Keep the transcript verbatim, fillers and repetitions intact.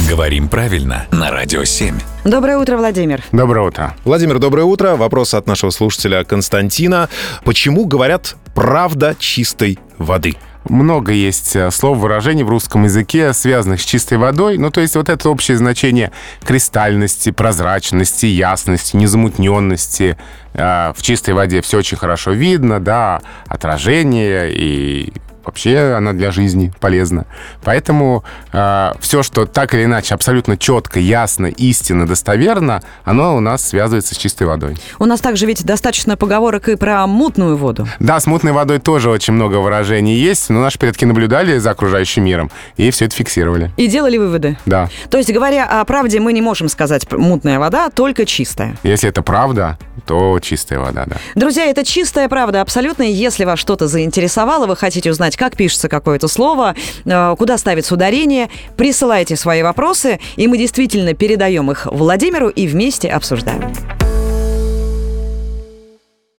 Говорим правильно на Радио семь. Доброе утро, Владимир. Доброе утро. Владимир, доброе утро. Вопрос от нашего слушателя Константина. Почему говорят «правда чистой воды»? Много есть слов, выражений в русском языке, связанных с чистой водой. Ну, то есть вот это общее значение кристальности, прозрачности, ясности, незамутненности. В чистой воде все очень хорошо видно, да, отражение, и вообще она для жизни полезна. Поэтому э, все, что так или иначе абсолютно четко, ясно, истинно, достоверно, оно у нас связывается с чистой водой. У нас также ведь достаточно поговорок и про мутную воду. Да, с мутной водой тоже очень много выражений есть, но наши предки наблюдали за окружающим миром и все это фиксировали. И делали выводы. Да. То есть, говоря о правде, мы не можем сказать мутная вода, только чистая. Если это правда, то чистая вода, да. Друзья, это чистая правда абсолютно. Если вас что-то заинтересовало, вы хотите узнать, как пишется какое-то слово, куда ставится ударение, присылайте свои вопросы, и мы действительно передаем их Владимиру и вместе обсуждаем.